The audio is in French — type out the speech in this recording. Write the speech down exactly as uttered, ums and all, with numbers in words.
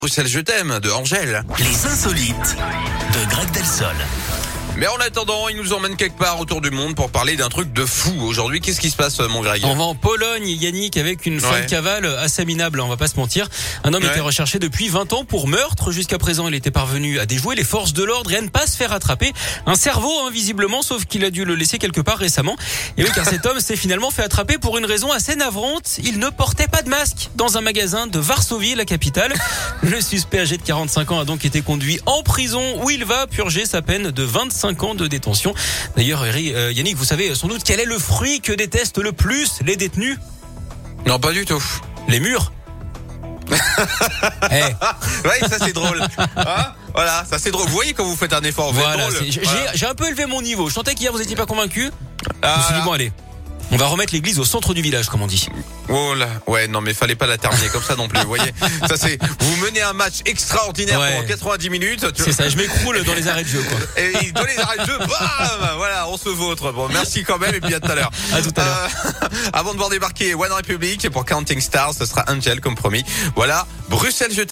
Bruxelles, je t'aime, de Angèle. Les insolites de Greg Delsol. Mais en attendant, il nous emmène quelque part autour du monde pour parler d'un truc de fou. Aujourd'hui, qu'est-ce qui se passe, mon Greg? On va en Pologne, Yannick, avec une fin Ouais. de cavale assez minable, on va pas se mentir. Un homme Ouais. était recherché depuis vingt ans pour meurtre. Jusqu'à présent, il était parvenu à déjouer les forces de l'ordre et à ne pas se faire attraper. Un cerveau, hein, visiblement, sauf qu'il a dû le laisser quelque part récemment. Et oui, car cet homme s'est finalement fait attraper pour une raison assez navrante. Il ne portait pas de masque dans un magasin de Varsovie, la capitale. Le suspect âgé de quarante-cinq ans a donc été conduit en prison où il va purger sa peine de vingt-cinq ans de détention. D'ailleurs, euh, Yannick, vous savez sans doute quel est le fruit que détestent le plus les détenus? Non, pas du tout. Les murs. Eh, Ouais, ça c'est drôle. Hein, voilà, ça c'est drôle. Vous voyez quand vous faites un effort, vous êtes voilà, drôle. c'est- j'ai Voilà. j'ai un peu élevé mon niveau. Je sentais qu'hier vous étiez pas convaincu. Je Ah, me suis dit là. bon allez, on va remettre l'église au centre du village, comme on dit. Oh là, ouais, non mais fallait pas la terminer comme ça non plus. Vous voyez, ça c'est, vous menez un match extraordinaire Ouais. pendant quatre-vingt-dix minutes. tu- C'est ça, je m'écroule dans les arrêts de jeu, quoi. Et dans les arrêts de jeu, bam, voilà, on se vautre. Bon, merci quand même et puis à tout à l'heure. À tout à l'heure. Euh, avant de voir débarquer One Republic pour Counting Stars, ce sera Angel comme promis. Voilà, Bruxelles, je